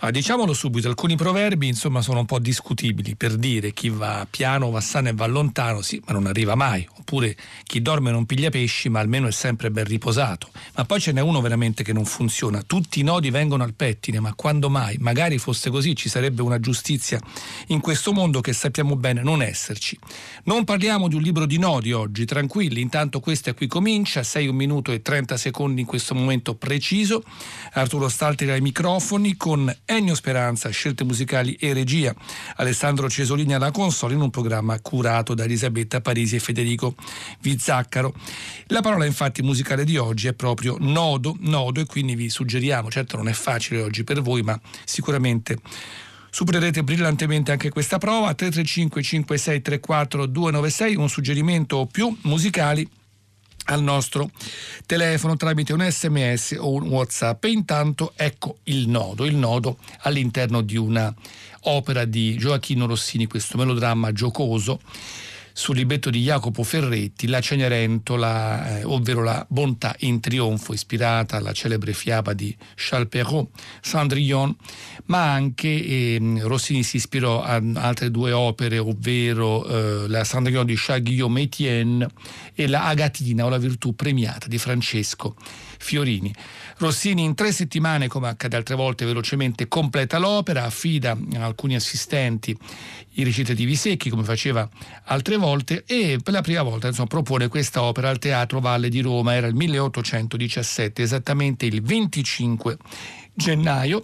Diciamolo subito, alcuni proverbi insomma sono un po' discutibili. Per dire chi va piano va sano e va lontano, sì, ma non arriva mai. Oppure chi dorme non piglia pesci, ma almeno è sempre ben riposato. Ma poi ce n'è uno veramente che non funziona. Tutti i nodi vengono al pettine, ma quando mai? Magari fosse così, ci sarebbe una giustizia in questo mondo che sappiamo bene non esserci. Non parliamo di un libro di nodi oggi, tranquilli, intanto questa qui comincia, 6 1 minuto e 30 secondi in questo momento preciso. Arturo Stalteri ai microfoni con Ennio Speranza, scelte musicali e regia, Alessandro Cesolini alla console, in un programma curato da Elisabetta Parisi e Federico Vizzaccaro. La parola infatti musicale di oggi è proprio nodo, e quindi vi suggeriamo, certo non è facile oggi per voi, ma sicuramente supererete brillantemente anche questa prova. 335 5634 296, un suggerimento o più musicali al nostro telefono tramite un SMS o un WhatsApp. E intanto ecco il nodo all'interno di una opera di Gioachino Rossini, questo melodramma giocoso sul libretto di Jacopo Ferretti, La Cenerentola, ovvero la bontà in trionfo, ispirata alla celebre fiaba di Charles Perrault, Cendrillon, ma anche Rossini si ispirò a altre due opere, ovvero la Cendrillon di Charles-Guillaume Etienne e la Agatina o la virtù premiata di Francesco Fiorini. Rossini in 3 settimane, come accade altre volte, velocemente completa l'opera, affida a alcuni assistenti i recitativi secchi, come faceva altre volte, e per la prima volta propone questa opera al Teatro Valle di Roma. Era il 1817, esattamente il 25 gennaio.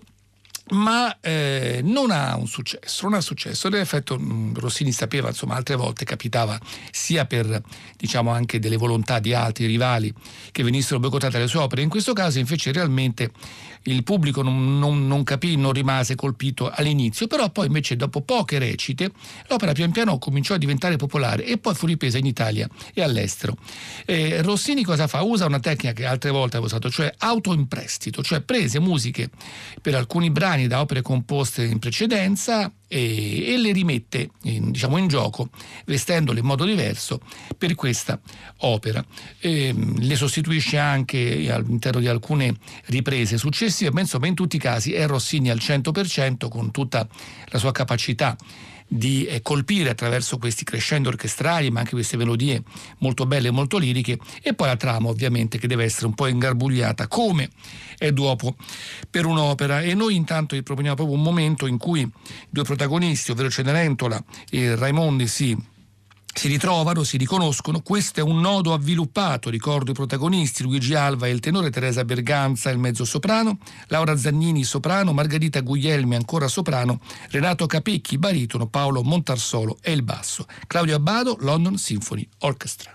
Ma non ha successo. Nell'effetto Rossini sapeva, altre volte capitava sia per anche delle volontà di altri rivali che venissero boicottate le sue opere. In questo caso invece realmente il pubblico non capì, non rimase colpito all'inizio, però poi invece dopo poche recite l'opera pian piano cominciò a diventare popolare e poi fu ripresa in Italia e all'estero. Rossini cosa fa? Usa una tecnica che altre volte aveva usato, cioè autoimprestito, cioè prese musiche per alcuni brani da opere composte in precedenza e le rimette in gioco, vestendole in modo diverso per questa opera. Le sostituisce anche all'interno di alcune riprese successive, ma insomma in tutti i casi è Rossini al 100%, con tutta la sua capacità di colpire attraverso questi crescendo orchestrali, ma anche queste melodie molto belle e molto liriche, e poi la trama ovviamente che deve essere un po' ingarbugliata come è d'uopo per un'opera. E noi intanto vi proponiamo proprio un momento in cui due protagonisti, ovvero Cenerentola e Raimondi, si ritrovano, si riconoscono. Questo è un nodo avviluppato, ricordo i protagonisti: Luigi Alva il tenore, Teresa Berganza il mezzo soprano, Laura Zagnini soprano, Margherita Guglielmi ancora soprano, Renato Capecchi baritono, Paolo Montarsolo e il basso. Claudio Abbado, London Symphony Orchestra.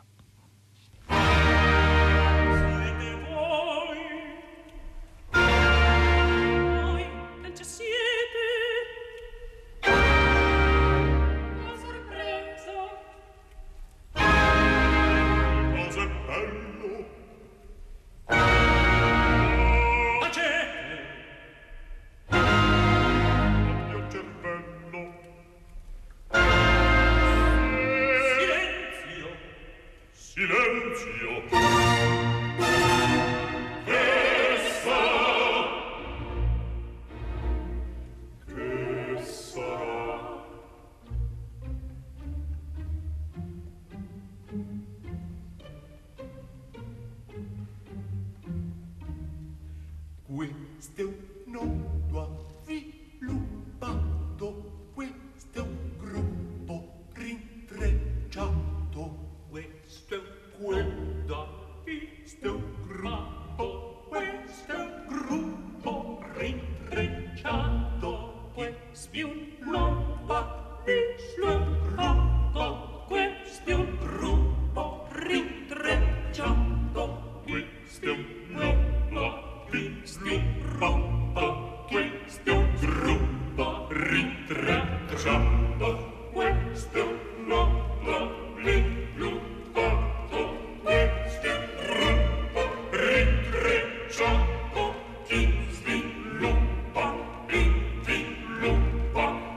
Questo è un nodo avviluppato, questo è un gruppo rintrecciato, questo è un quoda, questo è un gruppo, questo è un gruppo rintrecciato, questo è un nodo, questo è un gruppo, questo è un gruppo rintrecciato, questo è un nodo. Questo è un gruppo rintracciato, questo è un nodo sviluppato, questo è un gruppo rintrecciato, chi sviluppa,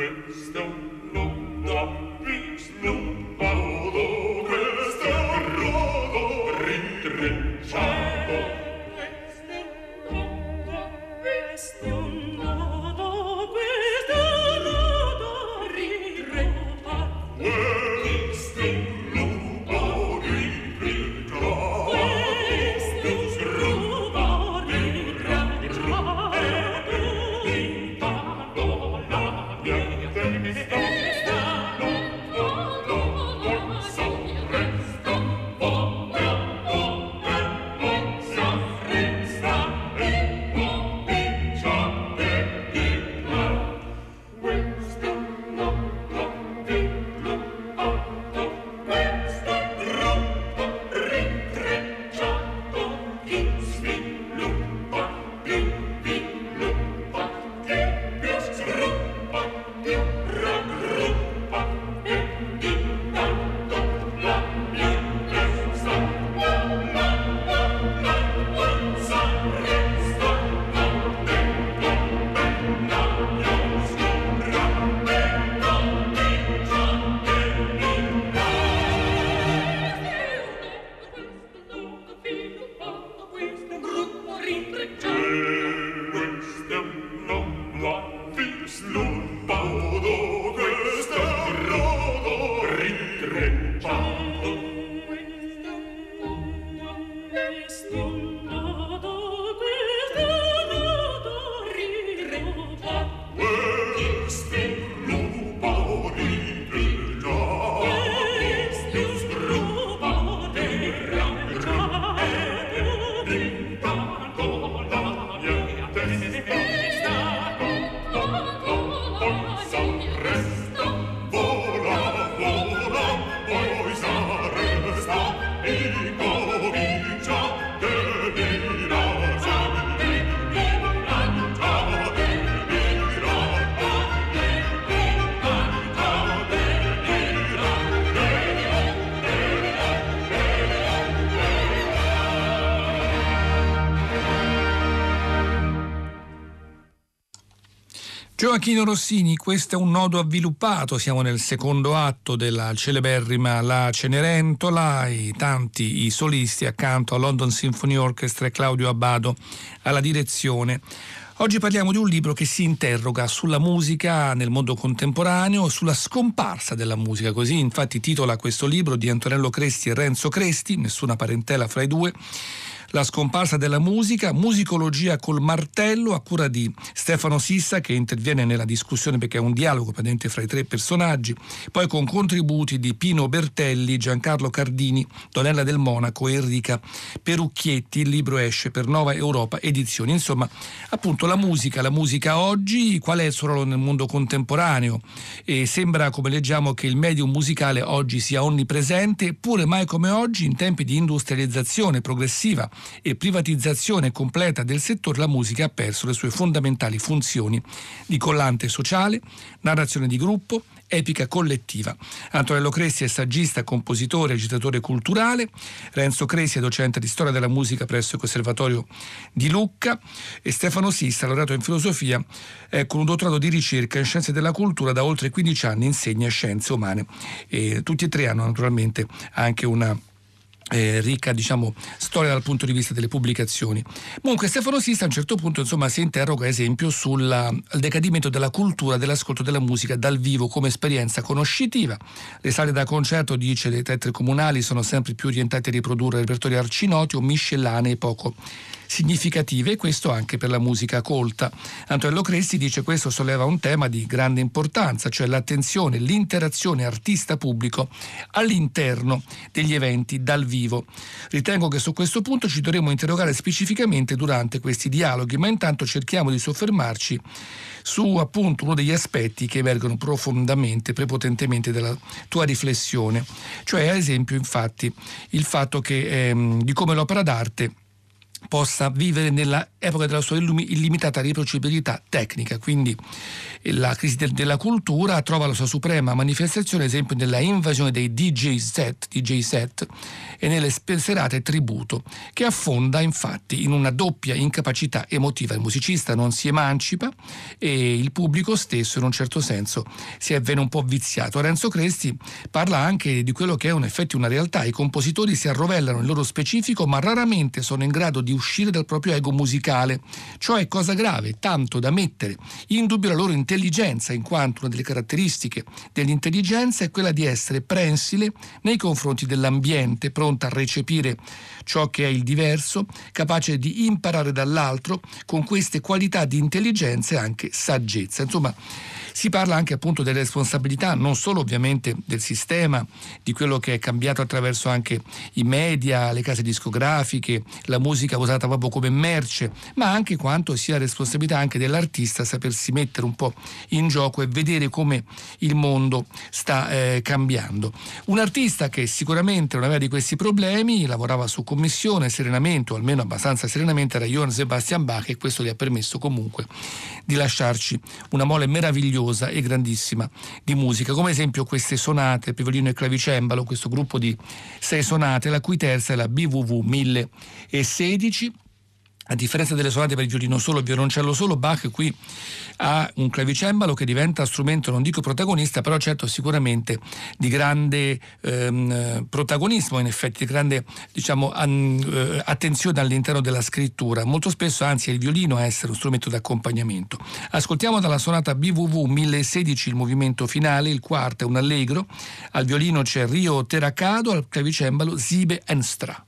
Gioachino Rossini, questo è un nodo avviluppato, siamo nel secondo atto della celeberrima La Cenerentola, e tanti i solisti accanto a London Symphony Orchestra e Claudio Abbado alla direzione. Oggi parliamo di un libro che si interroga sulla musica nel mondo contemporaneo, sulla scomparsa della musica, così infatti titola questo libro di Antonello Cresti e Renzo Cresti, nessuna parentela fra i due. La scomparsa della musica, musicologia col martello, a cura di Stefano Sissa, che interviene nella discussione perché è un dialogo praticamente fra i tre personaggi, poi con contributi di Pino Bertelli, Giancarlo Cardini, Donella Del Monaco e Enrica Perucchietti. Il libro esce per Nova Europa Edizioni. Insomma, appunto la musica oggi, qual è il suo ruolo nel mondo contemporaneo? E sembra, come leggiamo, che il medium musicale oggi sia onnipresente, eppure mai come oggi, in tempi di industrializzazione progressiva e privatizzazione completa del settore, la musica ha perso le sue fondamentali funzioni di collante sociale, narrazione di gruppo, epica collettiva. Antonello Cresti è saggista, compositore, agitatore culturale. Renzo Cresti è docente di storia della musica presso il Conservatorio di Lucca, e Stefano Sissa, laureato in filosofia con un dottorato di ricerca in scienze della cultura, da oltre 15 anni insegna scienze umane. E tutti e tre hanno naturalmente anche una ricca, storia dal punto di vista delle pubblicazioni. Comunque Stefano Sissa a un certo punto si interroga, ad esempio, sul decadimento della cultura dell'ascolto della musica dal vivo come esperienza conoscitiva. Le sale da concerto, dice, dei teatri comunali sono sempre più orientate a riprodurre repertori arcinoti o miscellanee poco significative, e questo anche per la musica colta. Antonello Cresti dice: questo solleva un tema di grande importanza, cioè l'attenzione, l'interazione artista-pubblico all'interno degli eventi dal vivo. Ritengo che su questo punto ci dovremo interrogare specificamente durante questi dialoghi, ma intanto cerchiamo di soffermarci su appunto uno degli aspetti che emergono profondamente, prepotentemente dalla tua riflessione, cioè ad esempio infatti il fatto che di come l'opera d'arte possa vivere nella epoca della sua illimitata riproducibilità tecnica. Quindi la crisi della cultura trova la sua suprema manifestazione, ad esempio, nella invasione dei DJ set e nelle serate tributo, che affonda infatti in una doppia incapacità emotiva. Il musicista non si emancipa e il pubblico stesso in un certo senso si avviene un po' viziato. Renzo Cresti parla anche di quello che è in effetti una realtà: i compositori si arrovellano nel loro specifico ma raramente sono in grado di uscire dal proprio ego musicale, cioè cosa grave, tanto da mettere in dubbio la loro intelligenza, in quanto una delle caratteristiche dell'intelligenza è quella di essere prensile nei confronti dell'ambiente, pronta a recepire ciò che è il diverso, capace di imparare dall'altro, con queste qualità di intelligenza e anche saggezza. Insomma, si parla anche appunto delle responsabilità, non solo ovviamente del sistema, di quello che è cambiato attraverso anche i media, le case discografiche, la musica usata proprio come merce, ma anche quanto sia responsabilità anche dell'artista sapersi mettere un po' in gioco e vedere come il mondo sta cambiando. Un artista che sicuramente non aveva di questi problemi, lavorava su commissione serenamente, o almeno abbastanza serenamente, era Johann Sebastian Bach, e questo gli ha permesso comunque di lasciarci una mole meravigliosa e grandissima di musica, come esempio queste sonate per violino e clavicembalo, questo gruppo di 6 sonate, la cui terza è la BWV 1016. A differenza delle sonate per il violino solo e violoncello solo, Bach qui ha un clavicembalo che diventa strumento, non dico protagonista, però certo sicuramente di grande protagonismo, in effetti di grande, diciamo, attenzione all'interno della scrittura. Molto spesso anzi è il violino a essere un strumento d'accompagnamento. Ascoltiamo dalla sonata BWV 1016 il movimento finale, il quarto è un allegro, al violino c'è Rio Terracado, al clavicembalo Sibe Enstra.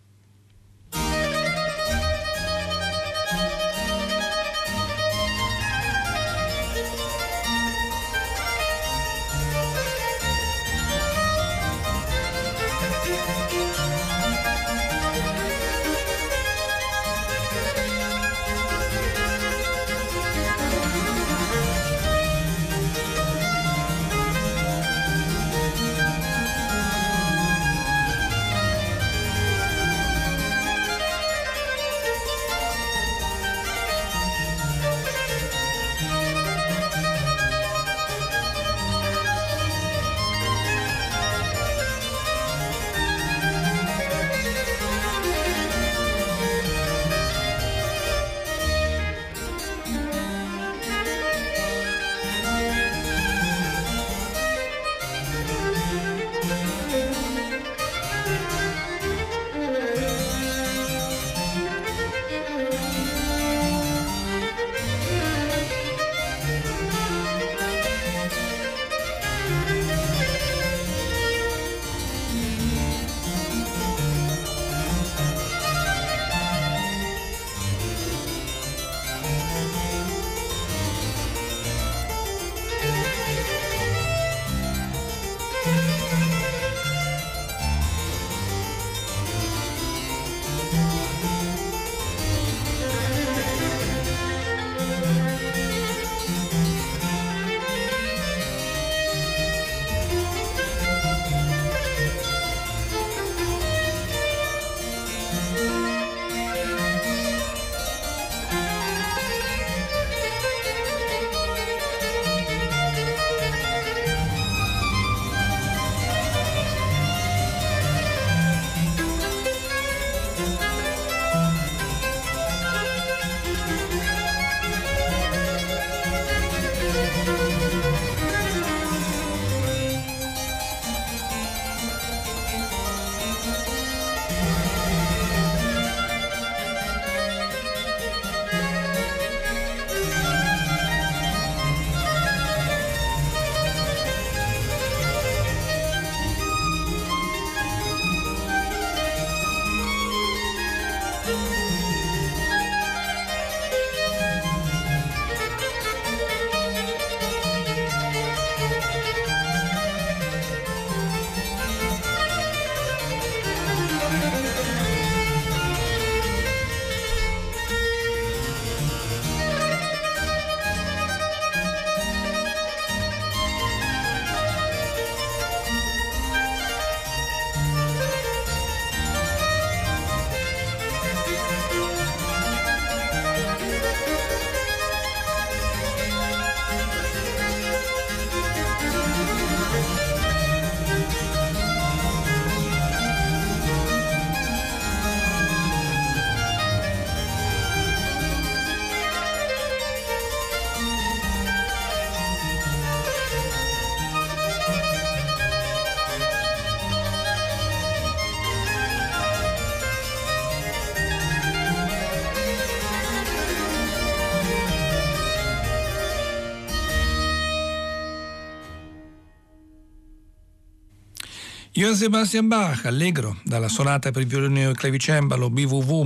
Johann Sebastian Bach, Allegro, dalla sonata per violino e clavicembalo BWV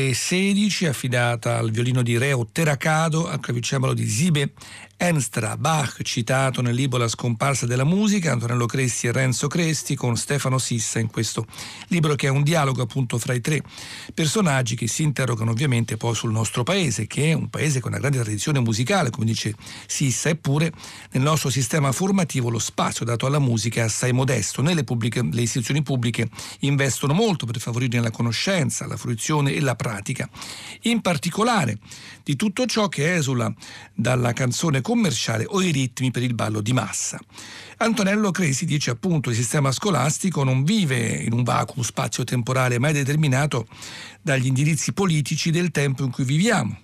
1016, affidata al violino di Reo Terracado, al clavicembalo di Sibe Enstra. Bach, citato nel libro La scomparsa della musica, Antonello Cresti e Renzo Cresti, con Stefano Sissa, in questo libro che è un dialogo appunto fra i tre personaggi che si interrogano ovviamente poi sul nostro paese, che è un paese con una grande tradizione musicale, come dice Sissa, eppure nel nostro sistema formativo lo spazio dato alla musica è assai modesto. Le istituzioni pubbliche investono molto per favorire la conoscenza, la fruizione e la pratica, in particolare di tutto ciò che esula dalla canzone commerciale o i ritmi per il ballo di massa. Antonello Cresi dice appunto: il sistema scolastico non vive in un vacuum spazio-temporale mai determinato dagli indirizzi politici del tempo in cui viviamo.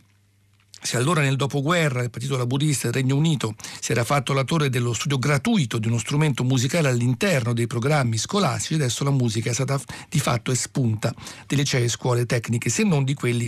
Se allora nel dopoguerra il Partito Laburista del Regno Unito si era fatto latore dello studio gratuito di uno strumento musicale all'interno dei programmi scolastici, adesso la musica è stata di fatto espunta dei licei e scuole tecniche, se non di quelli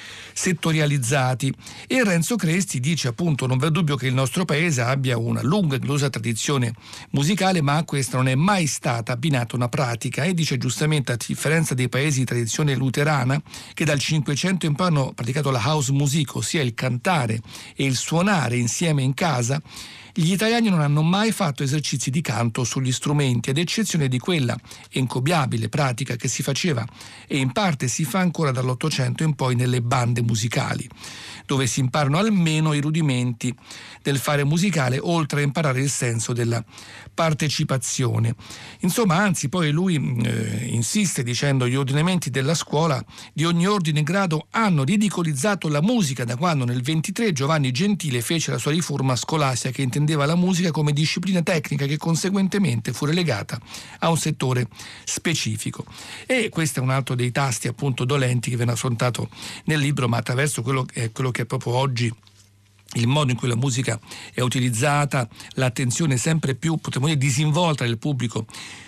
settorializzati. E Renzo Cresti dice appunto: non v'è dubbio che il nostro paese abbia una lunga e gloriosa tradizione musicale, ma a questa non è mai stata abbinata una pratica, e dice giustamente, a differenza dei paesi di tradizione luterana che dal Cinquecento in poi hanno praticato la house music, ossia il cantare e il suonare insieme in casa, gli italiani non hanno mai fatto esercizi di canto sugli strumenti, ad eccezione di quella encomiabile pratica che si faceva e in parte si fa ancora dall'Ottocento in poi nelle bande musicali, dove si imparano almeno i rudimenti del fare musicale, oltre a imparare il senso della partecipazione. Insomma, anzi, poi lui insiste dicendo: gli ordinamenti della scuola di ogni ordine e grado hanno ridicolizzato la musica da quando nel 23 Giovanni Gentile fece la sua riforma scolastica, che intendeva la musica come disciplina tecnica che conseguentemente fu relegata a un settore specifico. E questo è un altro dei tasti appunto dolenti che viene affrontato nel libro, ma attraverso quello che è proprio oggi il modo in cui la musica è utilizzata, l'attenzione sempre più, potremmo dire, disinvolta del pubblico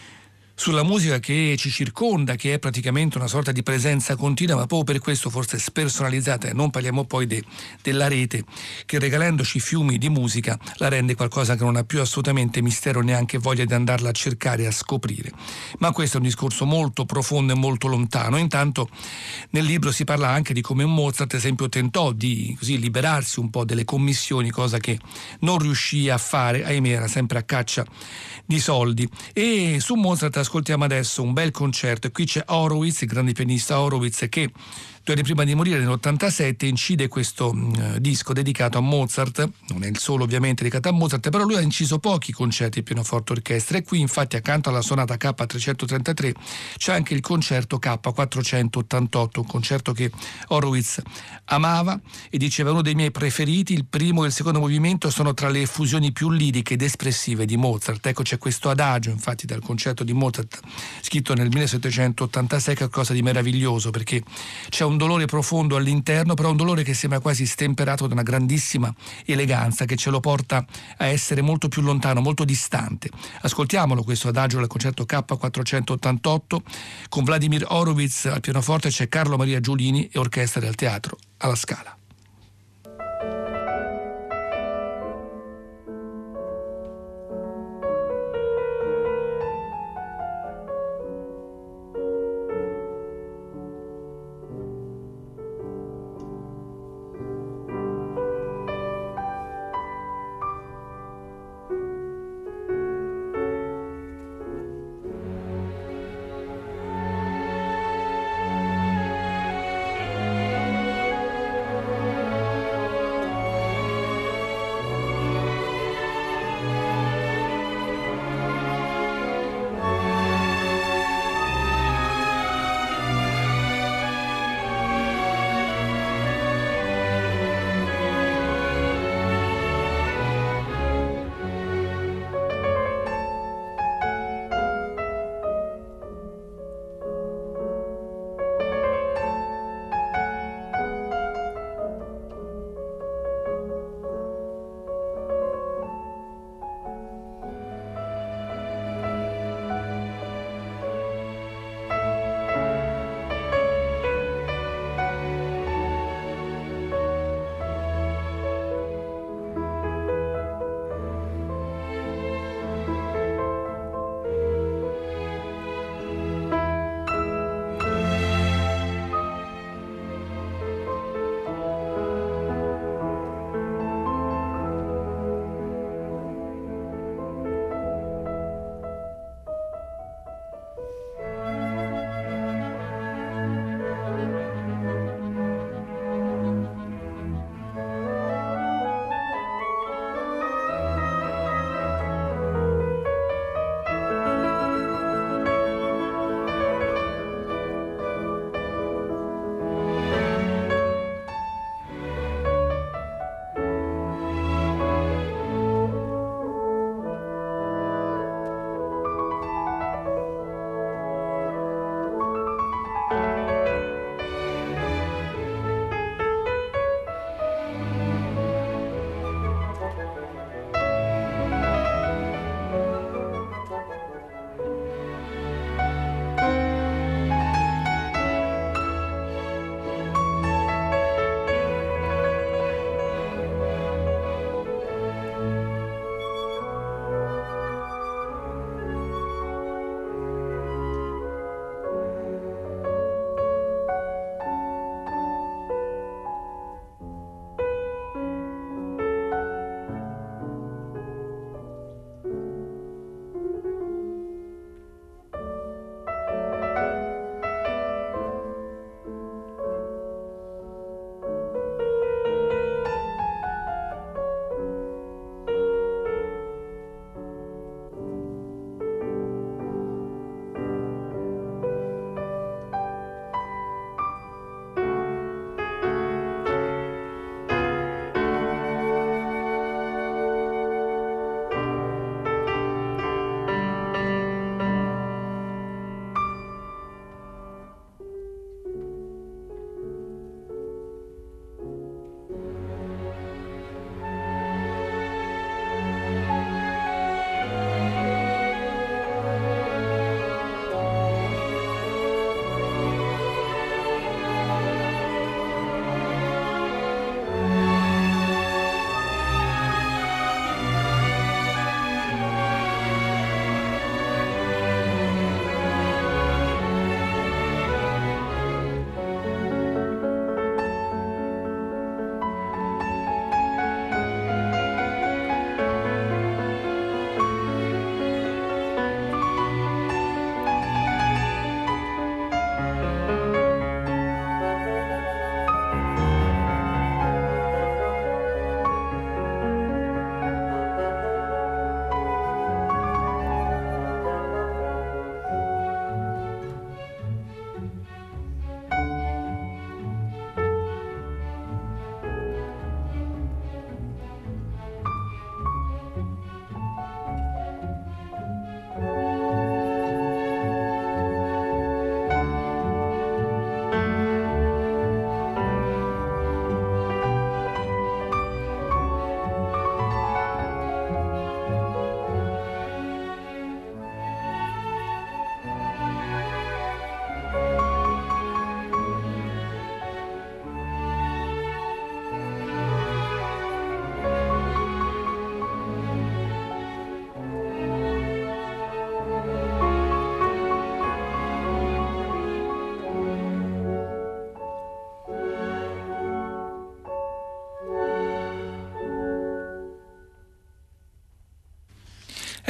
sulla musica che ci circonda, che è praticamente una sorta di presenza continua, ma proprio per questo forse spersonalizzata, e non parliamo poi della rete che, regalandoci fiumi di musica, la rende qualcosa che non ha più assolutamente mistero, neanche voglia di andarla a cercare e a scoprire. Ma questo è un discorso molto profondo e molto lontano. Intanto nel libro si parla anche di come Mozart, ad esempio, tentò di così liberarsi un po' delle commissioni, cosa che non riuscì a fare, ahimè era sempre a caccia di soldi. E su Mozart ascoltiamo adesso un bel concerto, e qui c'è Horowitz, il grande pianista Horowitz, che 2 anni prima di morire, nell'87, incide questo disco dedicato a Mozart. Non è il solo ovviamente dedicato a Mozart, però lui ha inciso pochi concerti di pianoforte orchestra, e qui infatti accanto alla sonata K333 c'è anche il concerto K488, un concerto che Horowitz amava e diceva: uno dei miei preferiti, il primo e il secondo movimento sono tra le effusioni più liriche ed espressive di Mozart. Ecco, c'è questo adagio infatti dal concerto di Mozart scritto nel 1786, che è qualcosa di meraviglioso, perché c'è un dolore profondo all'interno, però un dolore che sembra quasi stemperato da una grandissima eleganza che ce lo porta a essere molto più lontano, molto distante. Ascoltiamolo questo adagio del concerto K488 con Vladimir Horowitz al pianoforte, c'è Carlo Maria Giulini e orchestra del Teatro alla Scala.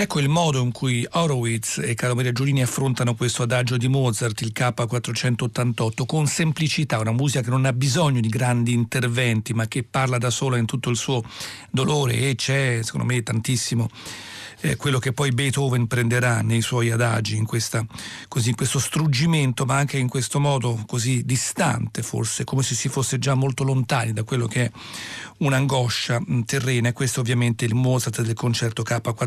Ecco il modo in cui Horowitz e Carlo Maria Giulini affrontano questo adagio di Mozart, il K488, con semplicità, una musica che non ha bisogno di grandi interventi, ma che parla da sola in tutto il suo dolore, e c'è, secondo me, tantissimo quello che poi Beethoven prenderà nei suoi adagi, in questo struggimento, ma anche in questo modo così distante, forse, come se si fosse già molto lontani da quello che è un'angoscia terrena. E questo ovviamente il Mozart del concerto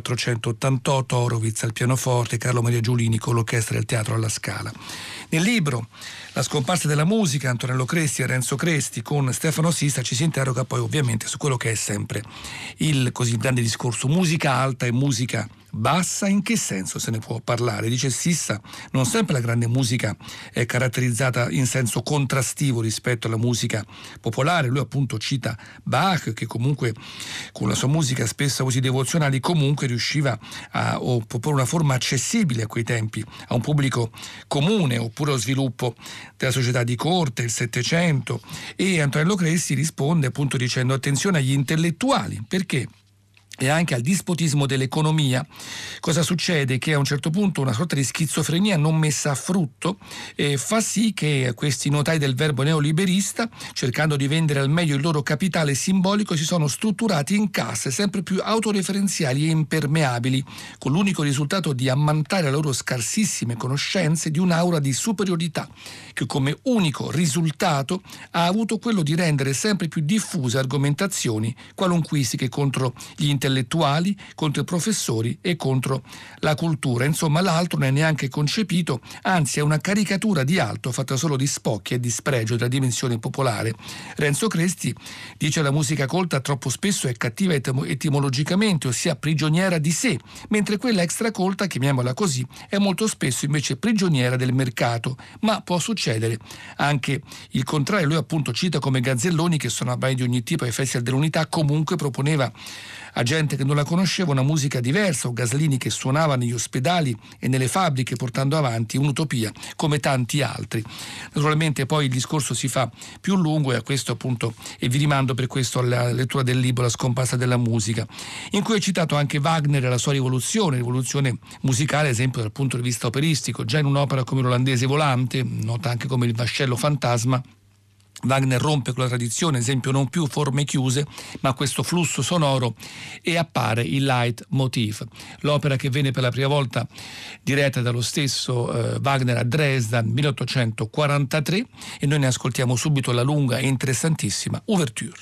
K488, Horowitz al pianoforte, Carlo Maria Giulini con l'orchestra del Teatro alla Scala. Nel libro La scomparsa della musica, Antonello Cresti e Renzo Cresti con Stefano Sissa, ci si interroga poi ovviamente su quello che è sempre il così grande discorso: musica alta e musica bassa, in che senso se ne può parlare? Dice Sissa, non sempre la grande musica è caratterizzata in senso contrastivo rispetto alla musica popolare. Lui appunto cita Bach, che comunque con la sua musica spesso così devozionale comunque riusciva a proporre una forma accessibile a quei tempi a un pubblico comune, oppure lo sviluppo della società di corte, il Settecento. E Antonello Cresti risponde appunto dicendo: attenzione agli intellettuali, perché e anche al dispotismo dell'economia. Cosa succede? Che a un certo punto una sorta di schizofrenia non messa a frutto fa sì che questi notai del verbo neoliberista, cercando di vendere al meglio il loro capitale simbolico, si sono strutturati in casse sempre più autoreferenziali e impermeabili, con l'unico risultato di ammantare le loro scarsissime conoscenze di un'aura di superiorità, che come unico risultato ha avuto quello di rendere sempre più diffuse argomentazioni qualunquistiche contro gli intellettuali, contro i professori e contro la cultura. Insomma, l'altro non è neanche concepito, anzi è una caricatura di alto fatta solo di spocchi e di spregio della dimensione popolare. Renzo Cresti dice: la musica colta troppo spesso è cattiva etimologicamente, ossia prigioniera di sé, mentre quella extracolta, chiamiamola così, è molto spesso invece prigioniera del mercato. Ma può succedere anche il contrario. Lui appunto cita come Gazzelloni, che suonava brani di ogni tipo ai Festival dell'Unità, comunque proponeva a gente che non la conosceva una musica diversa, o Gaslini che suonava negli ospedali e nelle fabbriche portando avanti un'utopia come tanti altri. Naturalmente poi il discorso si fa più lungo, e a questo appunto, e vi rimando per questo alla lettura del libro La scomparsa della musica, in cui è citato anche Wagner e la sua rivoluzione musicale, ad esempio dal punto di vista operistico. Già in un'opera come L'Olandese Volante, nota anche come Il Vascello Fantasma, Wagner rompe con la tradizione, esempio non più forme chiuse, ma questo flusso sonoro, e appare il leitmotiv. L'opera, che venne per la prima volta diretta dallo stesso Wagner a Dresda nel 1843, e noi ne ascoltiamo subito la lunga e interessantissima Ouverture.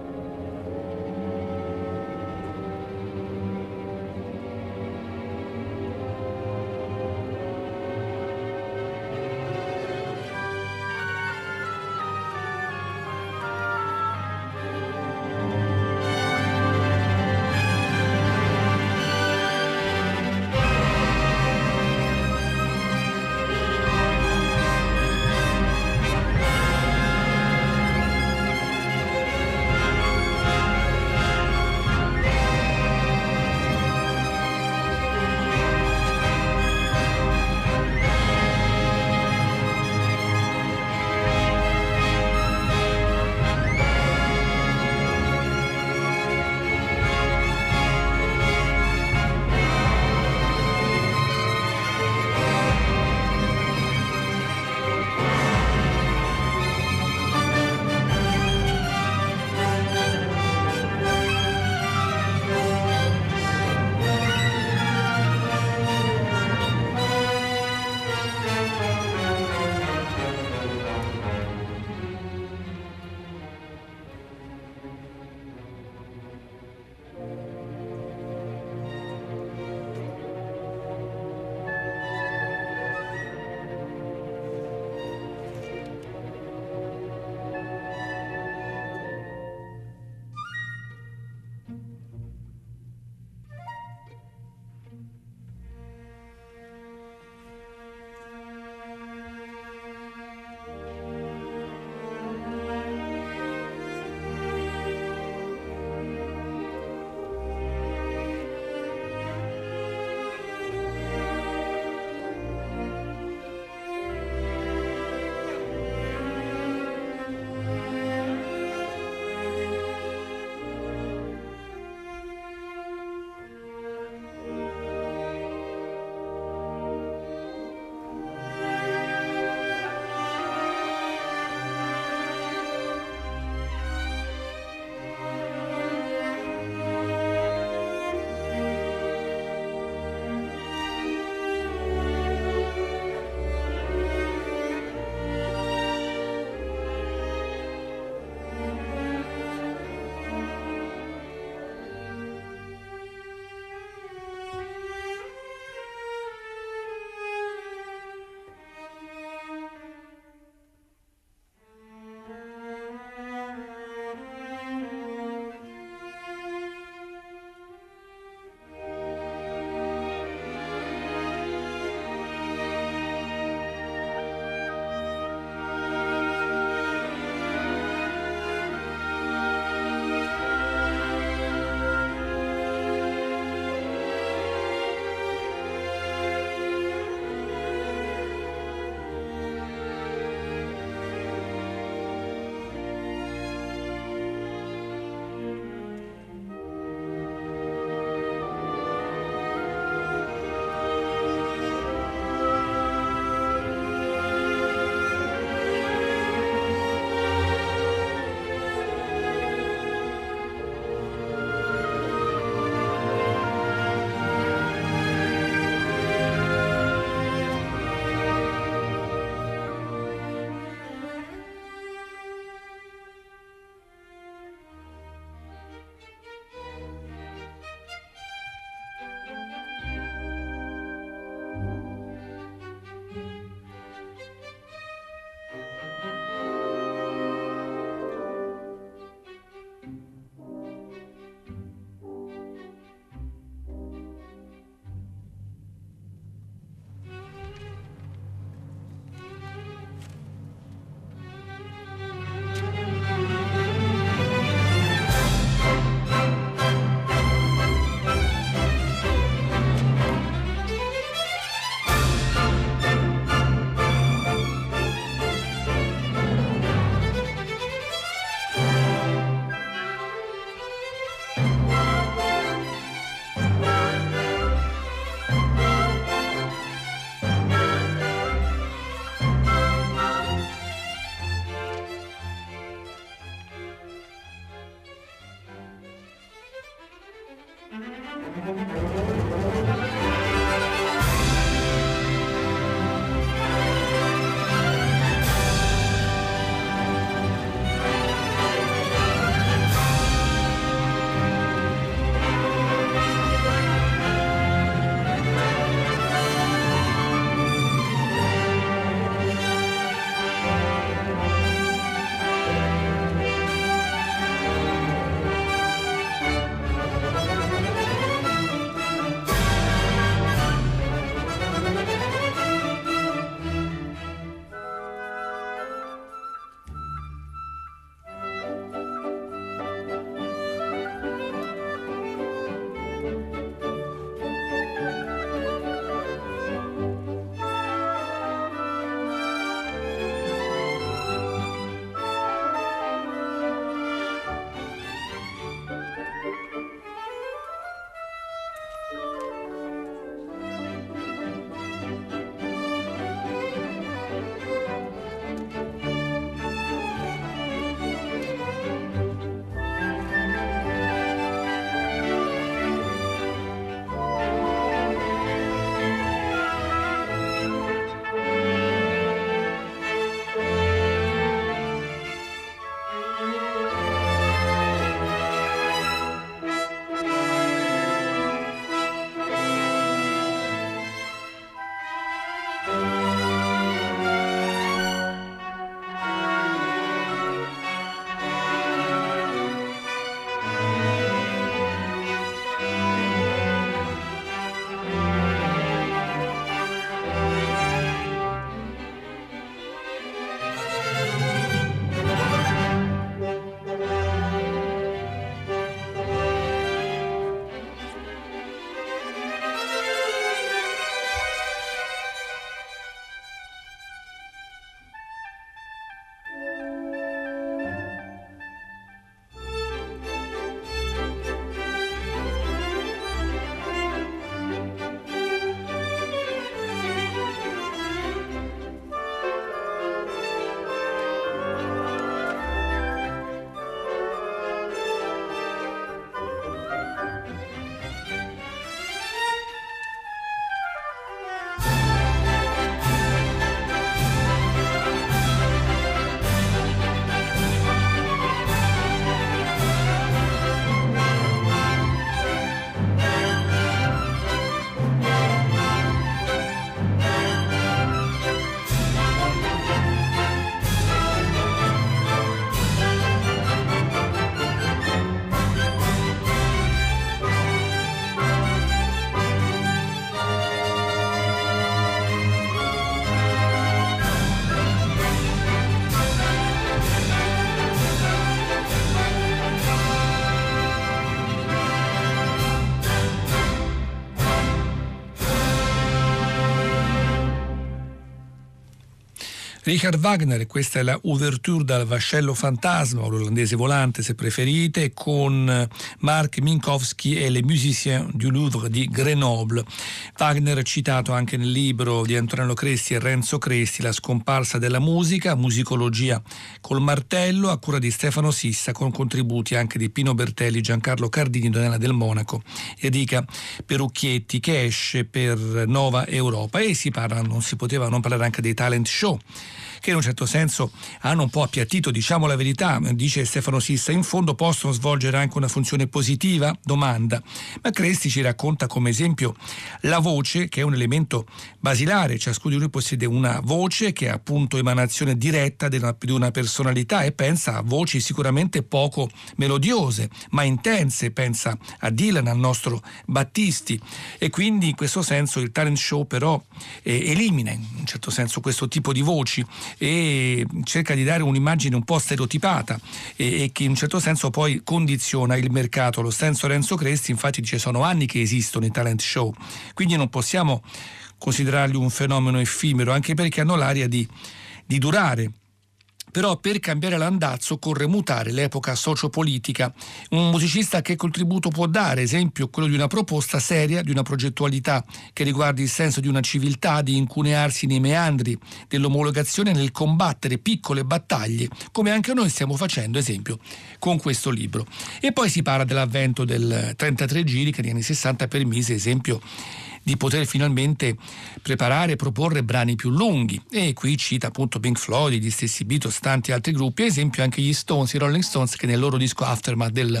Richard Wagner, questa è la Ouverture dal Vascello Fantasma, o l'olandese volante se preferite, con Marc Minkowski e Les Musiciens du Louvre di Grenoble. Wagner citato anche nel libro di Antonello Cresti e Renzo Cresti, La scomparsa della musica, musicologia col martello, a cura di Stefano Sissa, con contributi anche di Pino Bertelli, Giancarlo Cardini, Donella Del Monaco e Enrica Perucchietti, che esce per Nova Europa. E non si poteva non parlare anche dei talent show, che in un certo senso hanno un po' appiattito, diciamo la verità, dice Stefano Sissa, in fondo possono svolgere anche una funzione positiva? Domanda. Ma Cresti ci racconta come esempio la voce, che è un elemento basilare, ciascuno di noi possiede una voce che è appunto emanazione diretta di una personalità, e pensa a voci sicuramente poco melodiose, ma intense, pensa a Dylan, al nostro Battisti, e quindi in questo senso il talent show però elimina in un certo senso questo tipo di voci e cerca di dare un'immagine un po' stereotipata e che in un certo senso poi condiziona il mercato. Lo stesso Renzo Cresti infatti dice: sono anni che esistono i talent show, quindi non possiamo considerarli un fenomeno effimero, anche perché hanno l'aria di durare. Però per cambiare l'andazzo occorre mutare l'epoca sociopolitica. Un musicista che contributo può dare? Esempio quello di una proposta seria, di una progettualità che riguardi il senso di una civiltà, di incunearsi nei meandri dell'omologazione nel combattere piccole battaglie, come anche noi stiamo facendo, esempio, con questo libro. E poi si parla dell'avvento del 33 giri che negli anni 60 permise, esempio, di poter finalmente preparare e proporre brani più lunghi, e qui cita appunto Pink Floyd, gli stessi Beatles, tanti altri gruppi, ad esempio anche gli Stones, i Rolling Stones, che nel loro disco Aftermath del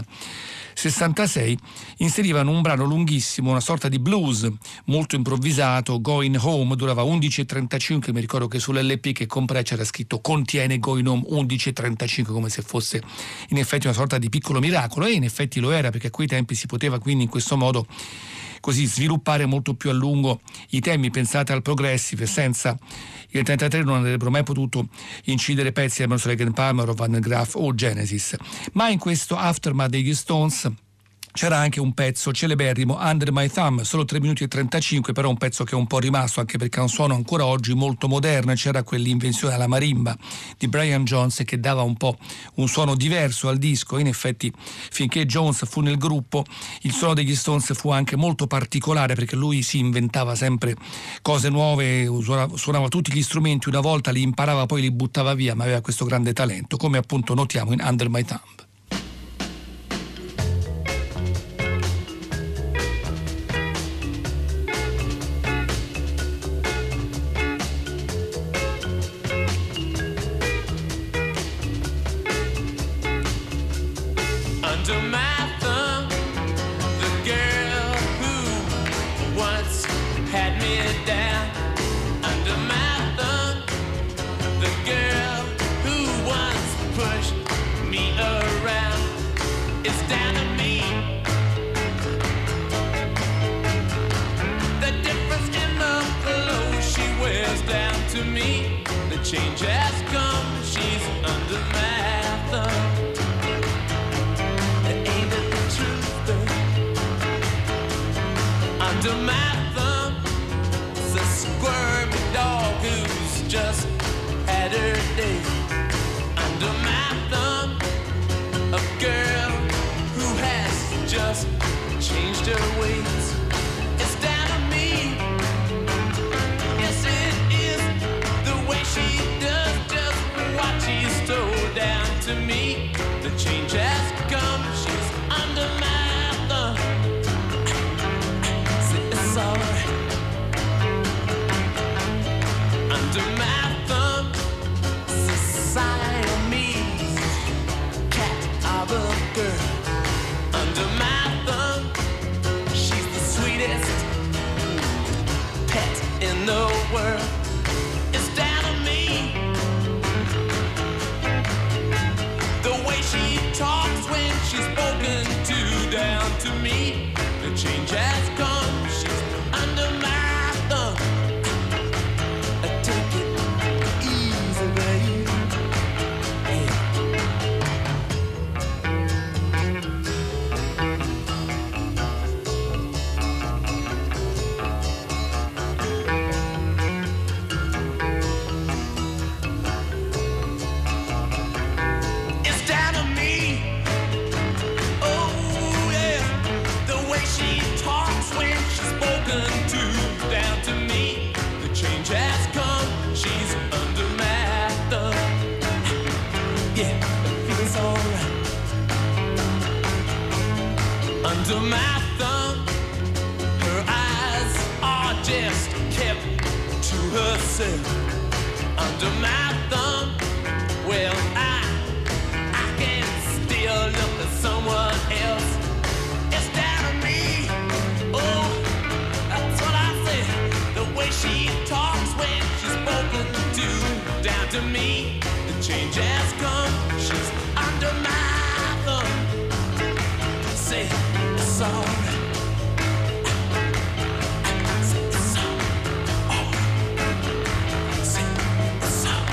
66 inserivano un brano lunghissimo, una sorta di blues molto improvvisato, Going Home, durava 11:35, mi ricordo che sull'LP che comprai c'era scritto contiene Going Home 11:35, come se fosse in effetti una sorta di piccolo miracolo, e in effetti lo era, perché a quei tempi si poteva quindi in questo modo così sviluppare molto più a lungo i temi. Pensate al progressive, senza il 33 non avrebbero mai potuto incidere pezzi di Emerson, Lake and Palmer o Van Graff o Genesis. Ma in questo Aftermath degli Stones c'era anche un pezzo celeberrimo, Under My Thumb, solo 3 minuti e 35, però un pezzo che è un po' rimasto, anche perché ha un suono ancora oggi molto moderno. C'era quell'invenzione alla marimba di Brian Jones che dava un po' un suono diverso al disco. In effetti, finché Jones fu nel gruppo, il suono degli Stones fu anche molto particolare, perché lui si inventava sempre cose nuove, suonava tutti gli strumenti, una volta li imparava, poi li buttava via, ma aveva questo grande talento, come appunto notiamo in Under My Thumb. Change has come, she's under my thumb. Ain't it the truth though? Under my thumb is a squirmy dog who's just had her day. Under my thumb, a girl who has just changed her ways. It's down to me. Yes, it is the way she does just what she's told. Down to me, the change has come. She's under my thumb. It's alright. Under my thumb, Siamese cat of a girl. Under my thumb, she's the sweetest pet in the world. It's down to me. The way she talks when she's spoken to, down to me. The change has come. She's under my thumb. Take it easy, babe. under my thumb. Her eyes are just kept to herself. Under my thumb, well, I can still look at someone else instead of me. Oh, that's what I said. The way she talks when she's spoken to, down to me, the change has come. She's under my thumb. Say it's alright. Say it's alright. Say it's alright.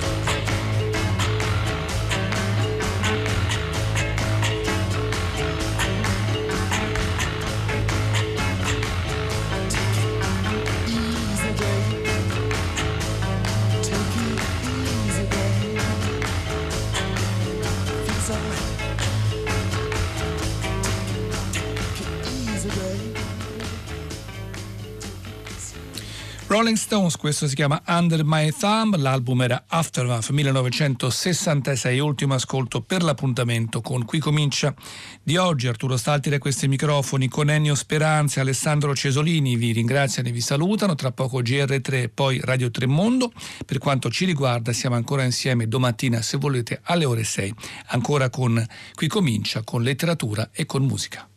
Rolling Stones, questo si chiama Under My Thumb, l'album era Aftermath 1966, ultimo ascolto per l'appuntamento con Qui Comincia di oggi. Arturo Staltire a questi microfoni con Ennio Speranza e Alessandro Cesolini vi ringraziano e vi salutano. Tra poco GR3 poi Radio 3 Mondo. Per quanto ci riguarda siamo ancora insieme domattina, se volete, alle ore 6, ancora con Qui Comincia, con letteratura e con musica.